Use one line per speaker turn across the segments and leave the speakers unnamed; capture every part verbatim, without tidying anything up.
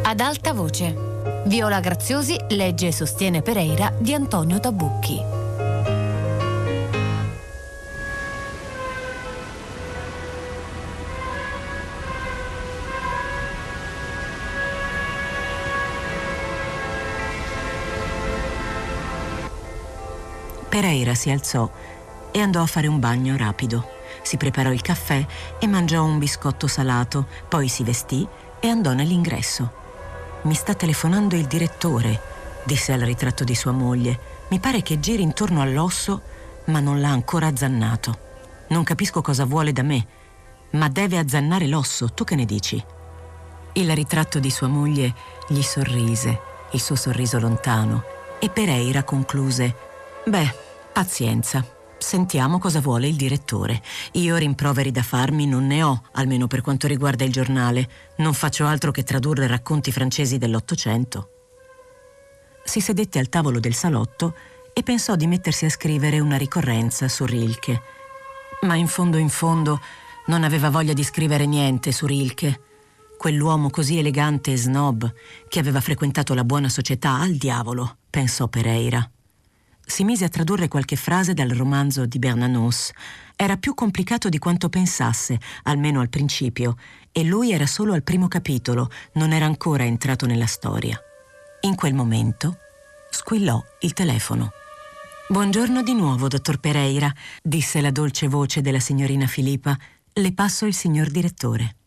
Ad alta voce. Viola Graziosi legge e sostiene Pereira di Antonio Tabucchi.
Pereira si alzò e andò a fare un bagno rapido. Si preparò il caffè e mangiò un biscotto salato, poi si vestì e andò nell'ingresso. «Mi sta telefonando il direttore», disse al ritratto di sua moglie. «Mi pare che giri intorno all'osso, ma non l'ha ancora azzannato. Non capisco cosa vuole da me, ma deve azzannare l'osso, tu che ne dici?» Il ritratto di sua moglie gli sorrise, il suo sorriso lontano, e Pereira concluse: «Beh, pazienza. Sentiamo cosa vuole il direttore. Io rimproveri da farmi non ne ho, almeno per quanto riguarda il giornale. Non faccio altro che tradurre racconti francesi dell'Ottocento». Si sedette al tavolo del salotto e pensò di mettersi a scrivere una ricorrenza su Rilke. Ma in fondo in fondo non aveva voglia di scrivere niente su Rilke. Quell'uomo così elegante e snob che aveva frequentato la buona società, al diavolo, pensò Pereira. Si mise a tradurre qualche frase dal romanzo di Bernanos. Era più complicato di quanto pensasse, almeno al principio, e lui era solo al primo capitolo, non era ancora entrato nella storia. In quel momento squillò il telefono. «Buongiorno di nuovo, dottor Pereira», disse la dolce voce della signorina Filippa. «Le passo il signor direttore».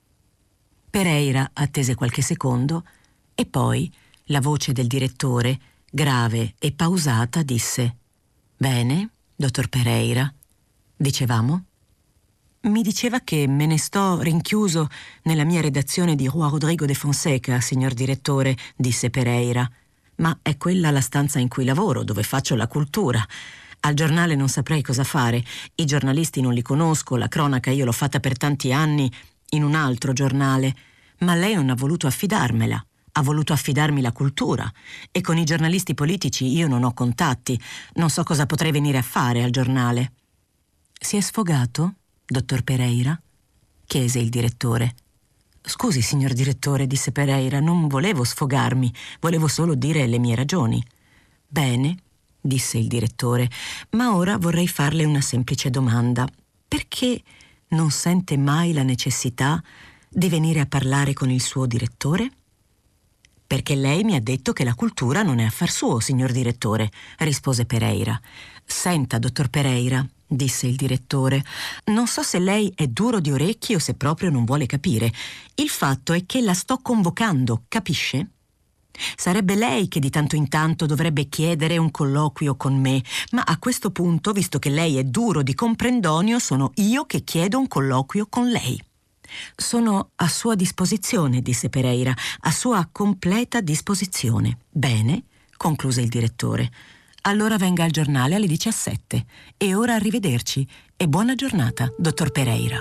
Pereira attese qualche secondo e poi la voce del direttore, grave e pausata, disse: «Bene, dottor Pereira. Dicevamo?» «Mi diceva che me ne sto rinchiuso nella mia redazione di Rua Rodrigo de Fonseca, signor direttore», disse Pereira. «Ma è quella la stanza in cui lavoro, dove faccio la cultura. Al giornale non saprei cosa fare. I giornalisti non li conosco, la cronaca io l'ho fatta per tanti anni in un altro giornale, ma lei non ha voluto affidarmela. Ha voluto affidarmi la cultura, e con i giornalisti politici io non ho contatti. Non so cosa potrei venire a fare al giornale». «Si è sfogato, dottor Pereira?» chiese il direttore. «Scusi, signor direttore», disse Pereira, «non volevo sfogarmi, volevo solo dire le mie ragioni». «Bene», disse il direttore, «ma ora vorrei farle una semplice domanda. Perché non sente mai la necessità di venire a parlare con il suo direttore?» «Perché lei mi ha detto che la cultura non è affar suo, signor direttore», rispose Pereira. «Senta, dottor Pereira», disse il direttore, «non so se lei è duro di orecchi o se proprio non vuole capire. Il fatto è che la sto convocando, capisce? Sarebbe lei che di tanto in tanto dovrebbe chiedere un colloquio con me, ma a questo punto, visto che lei è duro di comprendonio, sono io che chiedo un colloquio con lei». «Sono a sua disposizione», disse Pereira, «a sua completa disposizione». «Bene», concluse il direttore, «allora venga al giornale alle diciassette. E ora arrivederci e buona giornata, dottor Pereira».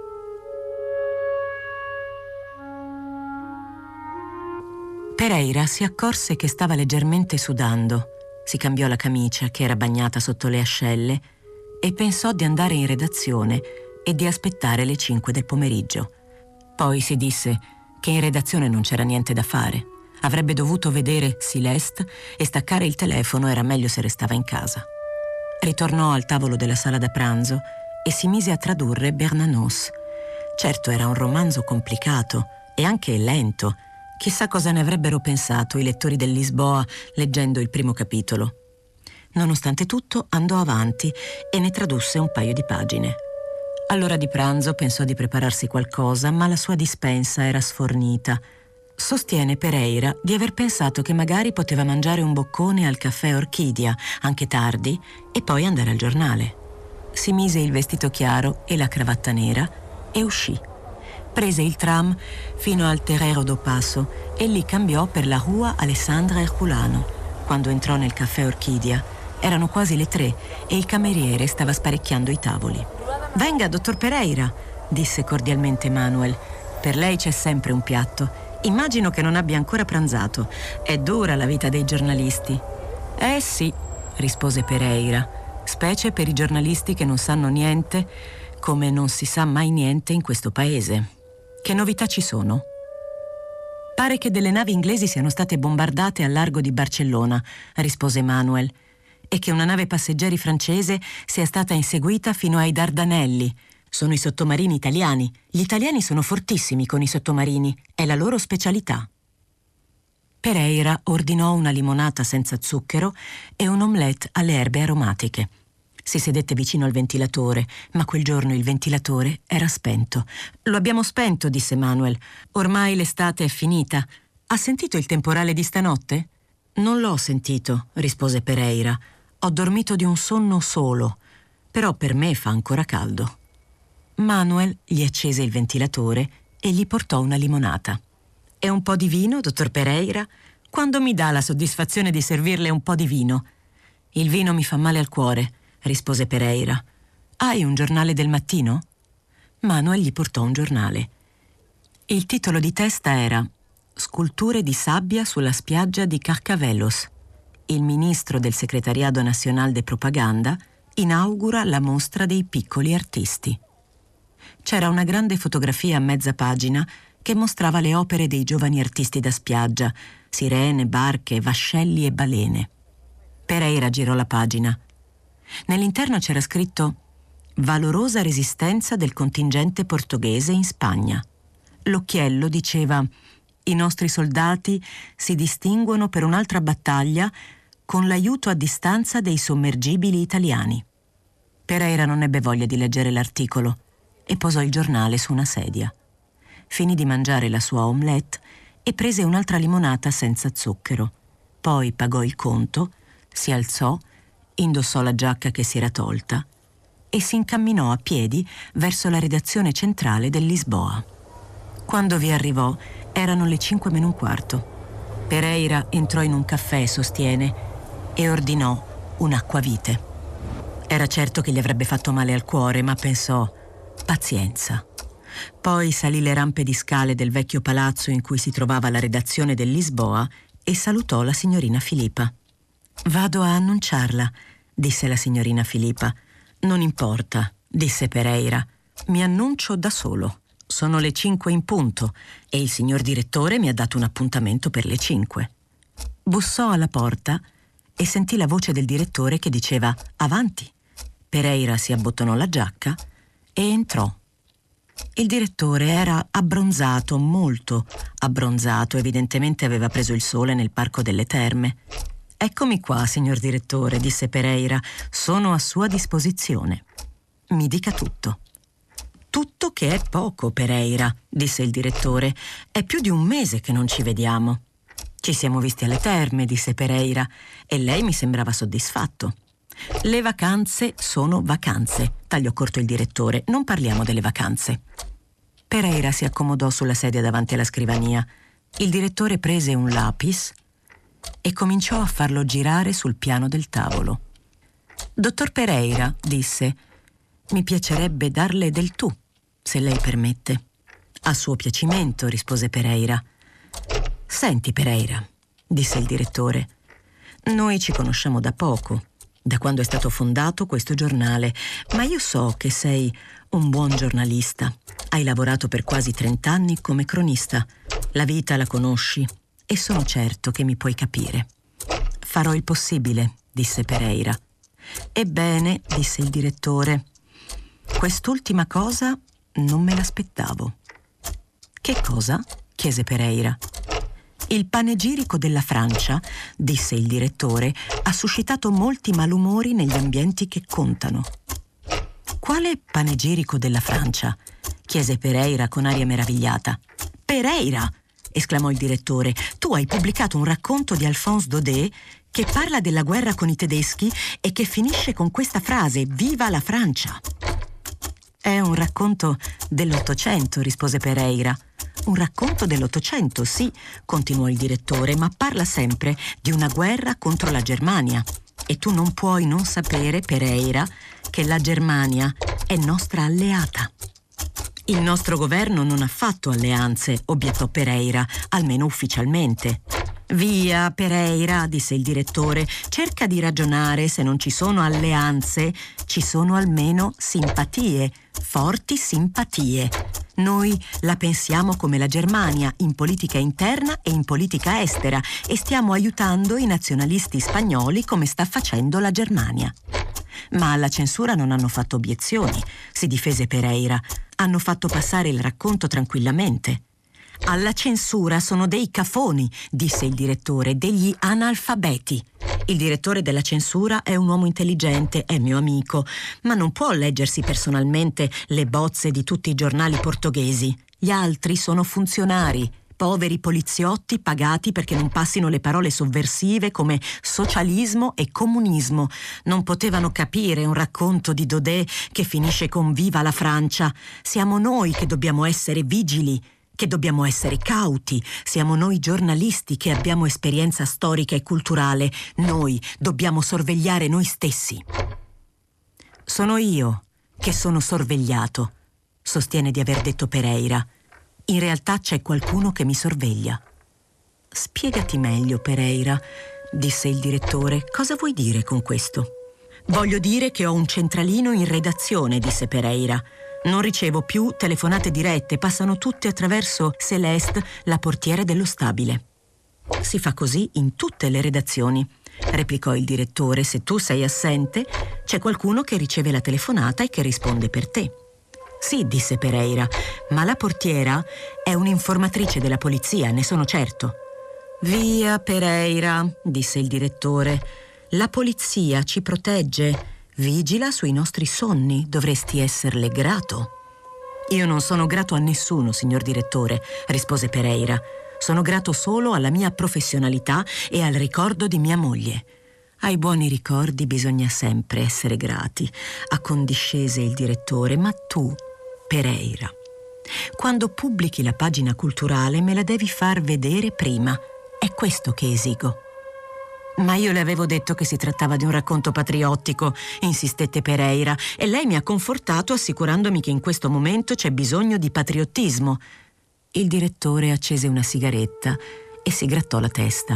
Pereira si accorse che stava leggermente sudando. Si cambiò la camicia, che era bagnata sotto le ascelle, e pensò di andare in redazione e di aspettare le cinque del pomeriggio. Poi si disse che in redazione non c'era niente da fare. Avrebbe dovuto vedere Sileste e staccare il telefono, era meglio se restava in casa. Ritornò al tavolo della sala da pranzo e si mise a tradurre Bernanos. Certo, era un romanzo complicato e anche lento. Chissà cosa ne avrebbero pensato i lettori del Lisboa leggendo il primo capitolo. Nonostante tutto, andò avanti e ne tradusse un paio di pagine. All'ora di pranzo pensò di prepararsi qualcosa, ma la sua dispensa era sfornita. Sostiene Pereira di aver pensato che magari poteva mangiare un boccone al caffè Orchidia, anche tardi, e poi andare al giornale. Si mise il vestito chiaro e la cravatta nera e uscì. Prese il tram fino al Terreiro do Passo e lì cambiò per la Rua Alessandra Herculano. Quando entrò nel caffè Orchidia erano quasi le tre e il cameriere stava sparecchiando i tavoli. «Venga, dottor Pereira», disse cordialmente Manuel. «Per lei c'è sempre un piatto. Immagino che non abbia ancora pranzato. È dura la vita dei giornalisti». «Eh sì», rispose Pereira, «specie per i giornalisti che non sanno niente, come non si sa mai niente in questo paese. Che novità ci sono?» Pare che delle navi inglesi siano state bombardate al largo di Barcellona, rispose Manuel, e che una nave passeggeri francese sia stata inseguita fino ai Dardanelli. Sono i sottomarini italiani. Gli italiani sono fortissimi con i sottomarini, è la loro specialità. Pereira ordinò una limonata senza zucchero e un omelette alle erbe aromatiche. Si sedette vicino al ventilatore, ma quel giorno il ventilatore era spento. «Lo abbiamo spento», disse Manuel. «Ormai l'estate è finita. Ha sentito il temporale di stanotte?» «Non l'ho sentito», rispose Pereira. «Ho dormito di un sonno solo, però per me fa ancora caldo». Manuel gli accese il ventilatore e gli portò una limonata. «E un po' di vino, dottor Pereira? Quando mi dà la soddisfazione di servirle un po' di vino?» «Il vino mi fa male al cuore», rispose Pereira. «Hai un giornale del mattino?» Manuel gli portò un giornale. Il titolo di testa era «Sculture di sabbia sulla spiaggia di Carcavelos. Il ministro del Secretariado Nacional de Propaganda inaugura la mostra dei piccoli artisti». C'era una grande fotografia a mezza pagina che mostrava le opere dei giovani artisti da spiaggia, sirene, barche, vascelli e balene. Pereira girò la pagina. Nell'interno c'era scritto «Valorosa resistenza del contingente portoghese in Spagna». L'occhiello diceva «I nostri soldati si distinguono per un'altra battaglia con l'aiuto a distanza dei sommergibili italiani». Pereira non ebbe voglia di leggere l'articolo e posò il giornale su una sedia. Finì di mangiare la sua omelette e prese un'altra limonata senza zucchero. Poi pagò il conto, si alzò, indossò la giacca che si era tolta e si incamminò a piedi verso la redazione centrale del Lisboa. Quando vi arrivò erano le cinque meno un quarto. Pereira entrò in un caffè, sostiene, e ordinò un acquavite. Era certo che gli avrebbe fatto male al cuore, ma pensò pazienza. Poi salì le rampe di scale del vecchio palazzo in cui si trovava la redazione del Lisboa e salutò la signorina Filippa. «Vado a annunciarla», disse la signorina Filippa. «Non importa», disse Pereira. «Mi annuncio da solo. Sono le cinque in punto e il signor direttore mi ha dato un appuntamento per le cinque». Bussò alla porta e sentì la voce del direttore che diceva «Avanti». Pereira si abbottonò la giacca e entrò. Il direttore era abbronzato, molto abbronzato, evidentemente aveva preso il sole nel parco delle terme. «Eccomi qua, signor direttore», disse Pereira, «sono a sua disposizione. Mi dica tutto». «Tutto che è poco, Pereira», disse il direttore, «è più di un mese che non ci vediamo». «Ci siamo visti alle terme», disse Pereira, «e lei mi sembrava soddisfatto». «Le vacanze sono vacanze», tagliò corto il direttore, «non parliamo delle vacanze». Pereira si accomodò sulla sedia davanti alla scrivania. Il direttore prese un lapis e cominciò a farlo girare sul piano del tavolo. «Dottor Pereira», disse, «mi piacerebbe darle del tu, se lei permette». «A suo piacimento», rispose Pereira. «Senti, Pereira», disse il direttore, «noi ci conosciamo da poco, da quando è stato fondato questo giornale, ma io so che sei un buon giornalista. Hai lavorato per quasi trent'anni come cronista. La vita la conosci e sono certo che mi puoi capire». «Farò il possibile», disse Pereira. «Ebbene», disse il direttore, «quest'ultima cosa non me l'aspettavo». «Che cosa?» chiese Pereira. «Il panegirico della Francia», disse il direttore, «ha suscitato molti malumori negli ambienti che contano». «Quale panegirico della Francia?» chiese Pereira con aria meravigliata. «Pereira!» esclamò il direttore. «Tu hai pubblicato un racconto di Alphonse Daudet che parla della guerra con i tedeschi e che finisce con questa frase: Viva la Francia!» «È un racconto dell'Ottocento», rispose Pereira. «Un racconto dell'Ottocento, sì», continuò il direttore, «ma parla sempre di una guerra contro la Germania. E tu non puoi non sapere, Pereira, che la Germania è nostra alleata». «Il nostro governo non ha fatto alleanze», obiettò Pereira, «almeno ufficialmente». «Via, Pereira», disse il direttore, «cerca di ragionare. Se non ci sono alleanze, ci sono almeno simpatie, forti simpatie. Noi la pensiamo come la Germania, in politica interna e in politica estera, e stiamo aiutando i nazionalisti spagnoli come sta facendo la Germania. Ma alla censura non hanno fatto obiezioni, si difese Pereira. Hanno fatto passare il racconto tranquillamente. Alla censura sono dei cafoni, disse il direttore, degli analfabeti. Il direttore della censura è un uomo intelligente, è mio amico, ma non può leggersi personalmente le bozze di tutti i giornali portoghesi. Gli altri sono funzionari, poveri poliziotti pagati perché non passino le parole sovversive come socialismo e comunismo. Non potevano capire un racconto di Daudet che finisce con "Viva la Francia". Siamo noi che dobbiamo essere vigili, che dobbiamo essere cauti. Siamo noi giornalisti che abbiamo esperienza storica e culturale. Noi dobbiamo sorvegliare noi stessi. Sono io che sono sorvegliato, sostiene di aver detto Pereira. In realtà c'è qualcuno che mi sorveglia. Spiegati meglio, Pereira, disse il direttore. Cosa vuoi dire con questo? Voglio dire che ho un centralino in redazione, disse Pereira. Non ricevo più telefonate dirette, passano tutte attraverso Celeste, la portiera dello stabile. Si fa così in tutte le redazioni, replicò il direttore. Se tu sei assente, c'è qualcuno che riceve la telefonata e che risponde per te. Sì, disse Pereira, ma la portiera è un'informatrice della polizia, ne sono certo. Via, Pereira, disse il direttore. La polizia ci protegge. Vigila sui nostri sonni, dovresti esserle grato. Io non sono grato a nessuno, signor direttore, rispose Pereira. Sono grato solo alla mia professionalità e al ricordo di mia moglie. Ai buoni ricordi bisogna sempre essere grati, accondiscese il direttore. Ma tu, Pereira, quando pubblichi la pagina culturale me la devi far vedere prima. È questo che esigo. Ma io le avevo detto che si trattava di un racconto patriottico, insistette Pereira, e lei mi ha confortato assicurandomi che in questo momento c'è bisogno di patriottismo. Il direttore accese una sigaretta e si grattò la testa.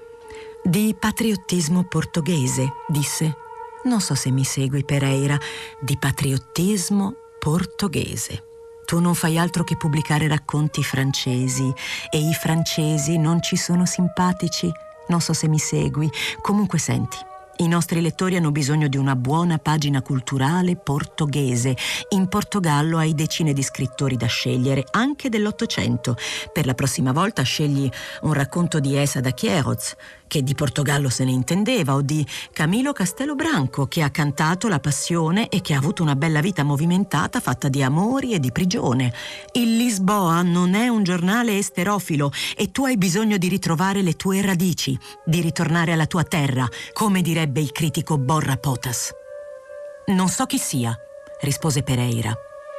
Di patriottismo portoghese, disse. Non so se mi segui, Pereira. Di patriottismo portoghese. Tu non fai altro che pubblicare racconti francesi e i francesi non ci sono simpatici. Non so se mi segui. Comunque senti, i nostri lettori hanno bisogno di una buona pagina culturale portoghese. In Portogallo hai decine di scrittori da scegliere, anche dell'Ottocento. Per la prossima volta scegli un racconto di Essa da Queiroz, che di Portogallo se ne intendeva, o di Camilo Castelo Branco, che ha cantato la passione e che ha avuto una bella vita movimentata fatta di amori e di prigione. Il Lisboa non è un giornale esterofilo e tu hai bisogno di ritrovare le tue radici, di ritornare alla tua terra, come direbbe il critico Borra Potas. Non so chi sia, rispose Pereira.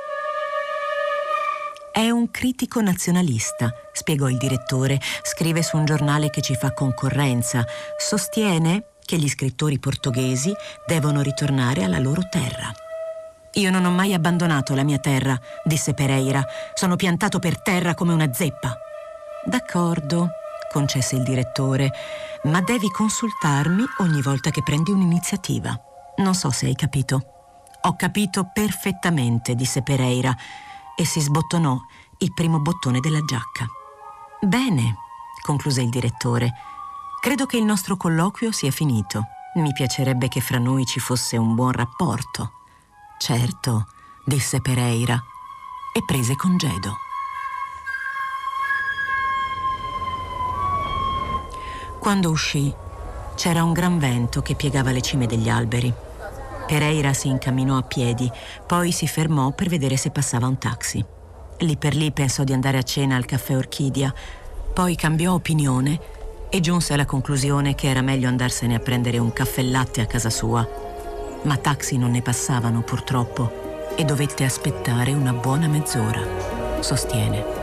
È un critico nazionalista, spiegò il direttore. Scrive su un giornale che ci fa concorrenza. Sostiene che gli scrittori portoghesi devono ritornare alla loro terra. Io non ho mai abbandonato la mia terra, disse Pereira. Sono piantato per terra come una zeppa. D'accordo, concesse il direttore, ma devi consultarmi ogni volta che prendi un'iniziativa. Non so se hai capito. Ho capito perfettamente, disse Pereira, e si sbottonò il primo bottone della giacca. Bene, concluse il direttore. Credo che il nostro colloquio sia finito. Mi piacerebbe che fra noi ci fosse un buon rapporto. Certo, disse Pereira e prese congedo. Quando uscì, c'era un gran vento che piegava le cime degli alberi. Pereira si incamminò a piedi, poi si fermò per vedere se passava un taxi. Lì per lì pensò di andare a cena al caffè Orchidia, poi cambiò opinione e giunse alla conclusione che era meglio andarsene a prendere un caffè latte a casa sua. Ma taxi non ne passavano purtroppo e dovette aspettare una buona mezz'ora, sostiene.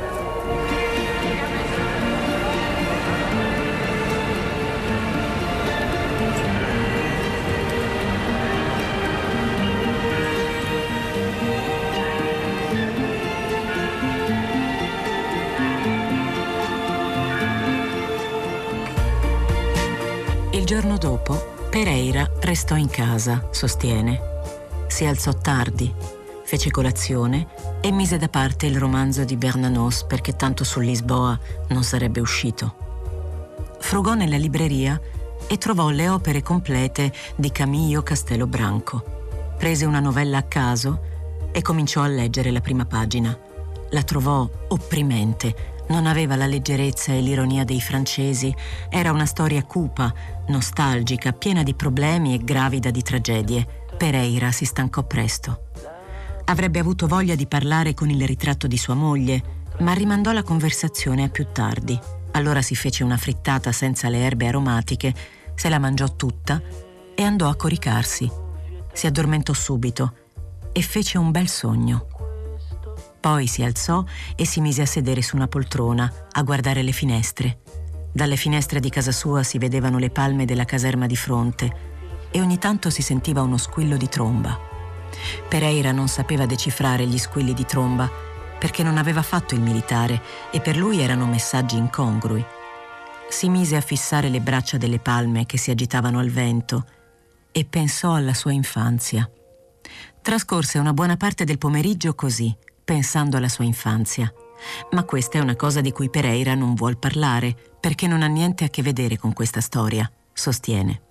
Il giorno dopo, Pereira restò in casa, sostiene. Si alzò tardi, fece colazione e mise da parte il romanzo di Bernanos perché tanto su Lisboa non sarebbe uscito. Frugò nella libreria e trovò le opere complete di Camillo Castelo Branco. Prese una novella a caso e cominciò a leggere la prima pagina. La trovò opprimente, non aveva la leggerezza e l'ironia dei francesi, era una storia cupa, nostalgica, piena di problemi e gravida di tragedie. Pereira si stancò presto. Avrebbe avuto voglia di parlare con il ritratto di sua moglie, ma rimandò la conversazione a più tardi. Allora si fece una frittata senza le erbe aromatiche, se la mangiò tutta e andò a coricarsi. Si addormentò subito e fece un bel sogno. Poi si alzò e si mise a sedere su una poltrona, a guardare le finestre. Dalle finestre di casa sua si vedevano le palme della caserma di fronte e ogni tanto si sentiva uno squillo di tromba. Pereira non sapeva decifrare gli squilli di tromba perché non aveva fatto il militare e per lui erano messaggi incongrui. Si mise a fissare le braccia delle palme che si agitavano al vento e pensò alla sua infanzia. Trascorse una buona parte del pomeriggio così, pensando alla sua infanzia. Ma questa è una cosa di cui Pereira non vuol parlare, perché non ha niente a che vedere con questa storia, sostiene.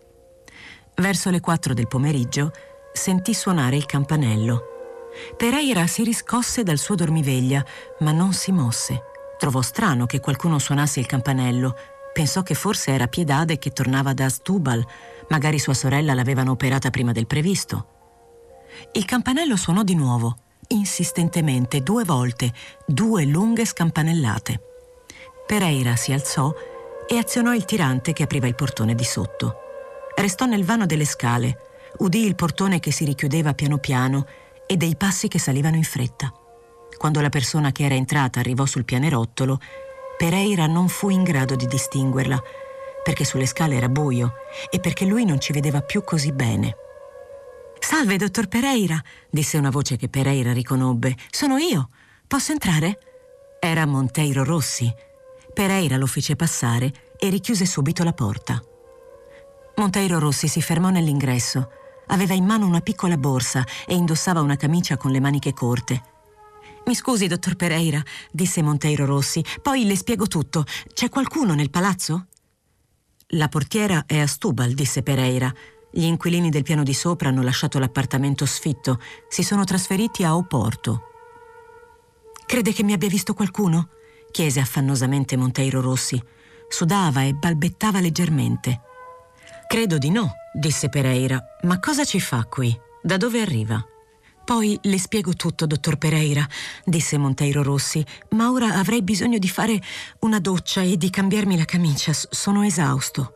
Verso le quattro del pomeriggio sentì suonare il campanello. Pereira si riscosse dal suo dormiveglia, ma non si mosse. Trovò strano che qualcuno suonasse il campanello. Pensò che forse era Piedade che tornava da Astúbal, magari sua sorella l'avevano operata prima del previsto. Il campanello suonò di nuovo, insistentemente, due volte, due lunghe scampanellate. Pereira si alzò e azionò il tirante che apriva il portone di sotto. Restò nel vano delle scale, udì il portone che si richiudeva piano piano e dei passi che salivano in fretta. Quando la persona che era entrata arrivò sul pianerottolo, Pereira non fu in grado di distinguerla, perché sulle scale era buio e perché lui non ci vedeva più così bene. «Salve, dottor Pereira», disse una voce che Pereira riconobbe. «Sono io. Posso entrare?» Era Monteiro Rossi. Pereira lo fece passare e richiuse subito la porta. Monteiro Rossi si fermò nell'ingresso. Aveva in mano una piccola borsa e indossava una camicia con le maniche corte. «Mi scusi, dottor Pereira», disse Monteiro Rossi, «poi le spiego tutto. C'è qualcuno nel palazzo?» «La portiera è Astúbal», disse Pereira. «Gli inquilini del piano di sopra hanno lasciato l'appartamento sfitto. Si sono trasferiti a Oporto». «Crede che mi abbia visto qualcuno?» chiese affannosamente Monteiro Rossi. Sudava e balbettava leggermente. «Credo di no», disse Pereira. «Ma cosa ci fa qui? Da dove arriva?» «Poi le spiego tutto, dottor Pereira», disse Monteiro Rossi, «ma ora avrei bisogno di fare una doccia e di cambiarmi la camicia. S- sono esausto».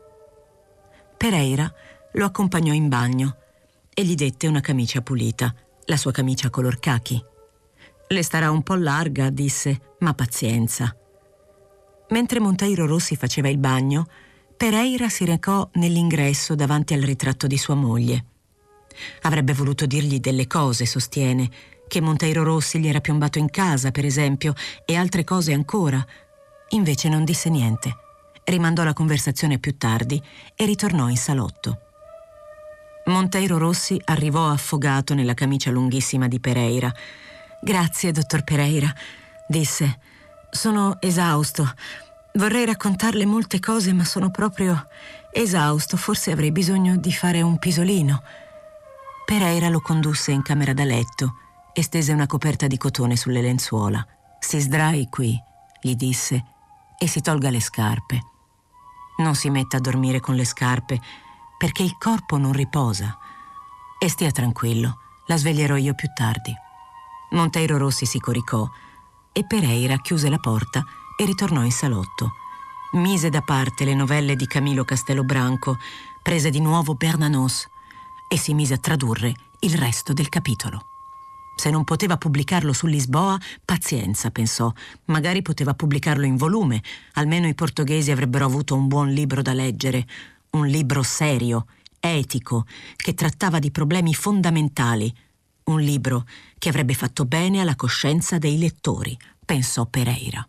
Pereira lo accompagnò in bagno e gli dette una camicia pulita, la sua camicia color cachi. «Le starà un po' larga», disse, «ma pazienza». Mentre Monteiro Rossi faceva il bagno, Pereira si recò nell'ingresso davanti al ritratto di sua moglie. Avrebbe voluto dirgli delle cose, sostiene, che Monteiro Rossi gli era piombato in casa, per esempio, e altre cose ancora. Invece non disse niente. Rimandò la conversazione più tardi e ritornò in salotto. Monteiro Rossi arrivò affogato nella camicia lunghissima di Pereira. «Grazie, dottor Pereira», disse. «Sono esausto. Vorrei raccontarle molte cose, ma sono proprio esausto. Forse avrei bisogno di fare un pisolino». Pereira lo condusse in camera da letto e stese una coperta di cotone sulle lenzuola. «Si sdrai qui», gli disse, «e si tolga le scarpe. Non si metta a dormire con le scarpe, perché il corpo non riposa. E stia tranquillo, la sveglierò io più tardi». Monteiro Rossi si coricò e Pereira chiuse la porta e ritornò in salotto. Mise da parte le novelle di Camillo Castelo Branco, prese di nuovo Bernanos e si mise a tradurre il resto del capitolo. Se non poteva pubblicarlo su Lisboa, pazienza, pensò. Magari poteva pubblicarlo in volume. Almeno i portoghesi avrebbero avuto un buon libro da leggere. Un libro serio, etico, che trattava di problemi fondamentali. Un libro che avrebbe fatto bene alla coscienza dei lettori, pensò Pereira.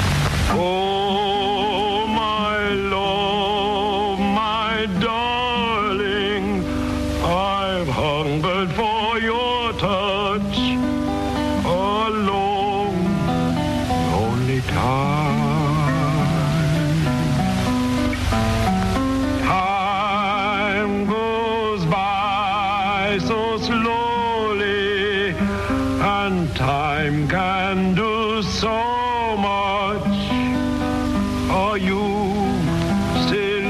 Oh, my love, my darling, I've hungered for your touch. Time goes by so slowly, and time can do so much. Are you still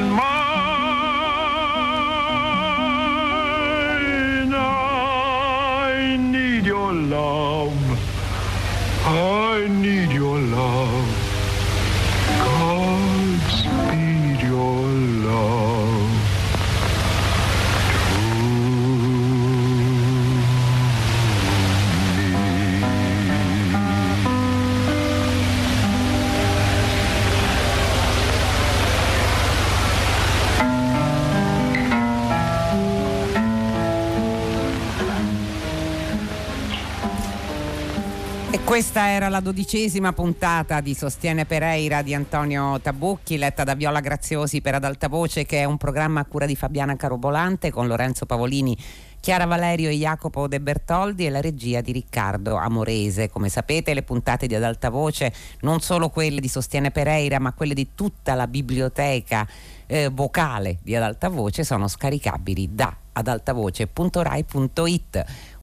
mine? I need your love. I need your love. Godspeed your love to
E questa era la dodicesima puntata di Sostiene Pereira di Antonio Tabucchi, letta da Viola Graziosi per Ad Alta Voce, che è un programma a cura di Fabiana Carobolante con Lorenzo Pavolini, Chiara Valerio e Jacopo De Bertoldi e la regia di Riccardo Amorese. Come sapete, le puntate di Ad Alta Voce, non solo quelle di Sostiene Pereira, ma quelle di tutta la biblioteca eh, vocale di Ad Alta Voce, sono scaricabili da adaltavoce punto rai punto it.